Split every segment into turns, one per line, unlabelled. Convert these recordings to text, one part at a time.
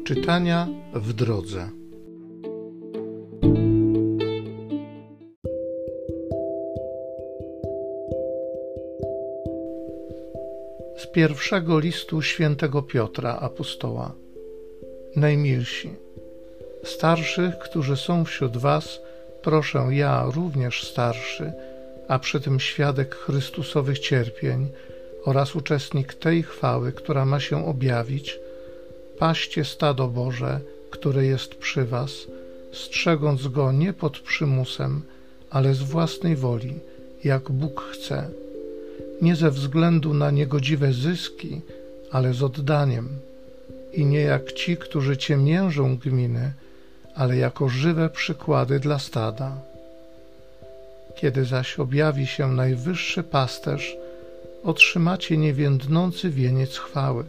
Czytania w drodze. Z pierwszego listu świętego Piotra apostoła. Najmilsi, starszych, którzy są wśród was, proszę ja, również starszy, a przy tym świadek Chrystusowych cierpień oraz uczestnik tej chwały, która ma się objawić, paście stado Boże, które jest przy was, strzegąc go nie pod przymusem, ale z własnej woli, jak Bóg chce, nie ze względu na niegodziwe zyski, ale z oddaniem, i nie jak ci, którzy ciemiężą gminy, ale jako żywe przykłady dla stada. Kiedy zaś objawi się najwyższy pasterz, otrzymacie niewiędnący wieniec chwały.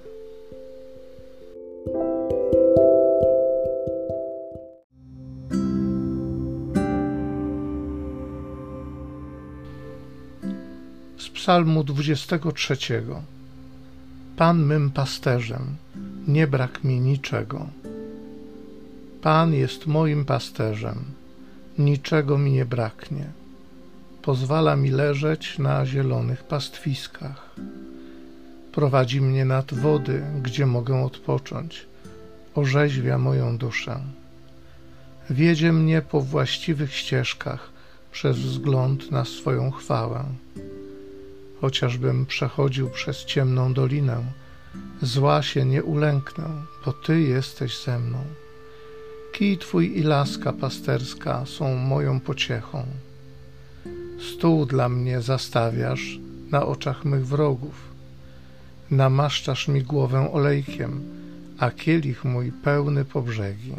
Z Psalmu 23. Pan mym pasterzem, nie brak mi niczego. Pan jest moim pasterzem, niczego mi nie braknie. Pozwala mi leżeć na zielonych pastwiskach. Prowadzi mnie nad wody, gdzie mogę odpocząć. Orzeźwia moją duszę. Wiedzie mnie po właściwych ścieżkach przez wzgląd na swoją chwałę. Chociażbym przechodził przez ciemną dolinę, zła się nie ulęknę, bo Ty jesteś ze mną. Kij Twój i laska pasterska są moją pociechą. Stół dla mnie zastawiasz na oczach mych wrogów. Namaszczasz mi głowę olejkiem, a kielich mój pełny po brzegi.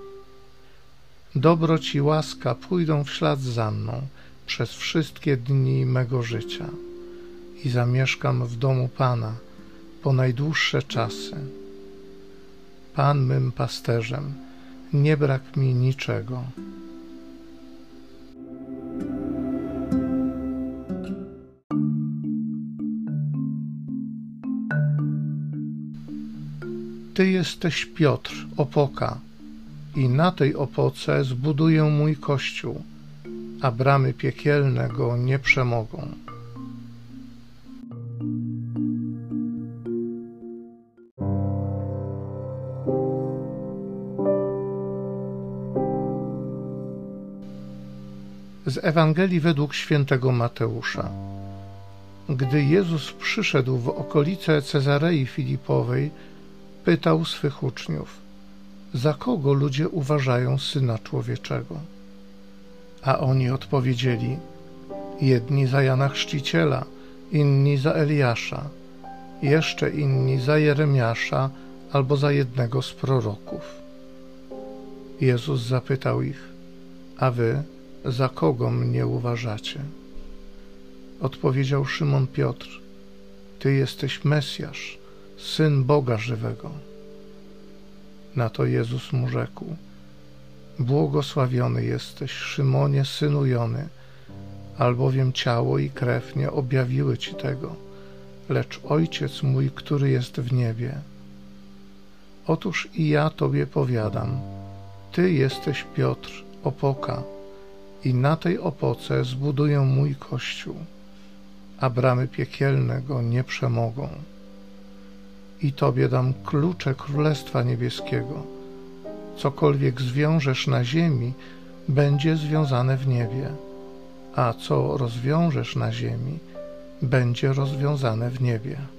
Dobroć i łaska pójdą w ślad za mną przez wszystkie dni mego życia i zamieszkam w domu Pana po najdłuższe czasy. Pan mym pasterzem, nie brak mi niczego. Ty jesteś Piotr, opoka, i na tej opoce zbuduję mój kościół, a bramy piekielne go nie przemogą. Z Ewangelii według świętego Mateusza. Gdy Jezus przyszedł w okolice Cezarei Filipowej, pytał swych uczniów: za kogo ludzie uważają Syna Człowieczego? A oni odpowiedzieli: jedni za Jana Chrzciciela, inni za Eliasza, jeszcze inni za Jeremiasza albo za jednego z proroków. Jezus zapytał ich: a wy za kogo mnie uważacie? Odpowiedział Szymon Piotr: Ty jesteś Mesjasz, Syn Boga żywego. Na to Jezus mu rzekł: błogosławiony jesteś, Szymonie, synu Jony, albowiem ciało i krew nie objawiły ci tego, lecz Ojciec mój, który jest w niebie. Otóż i ja tobie powiadam, Ty jesteś Piotr, opoka, i na tej opoce zbuduję mój kościół, a bramy piekielne go nie przemogą. I Tobie dam klucze Królestwa Niebieskiego. Cokolwiek zwiążesz na ziemi, będzie związane w niebie, a co rozwiążesz na ziemi, będzie rozwiązane w niebie.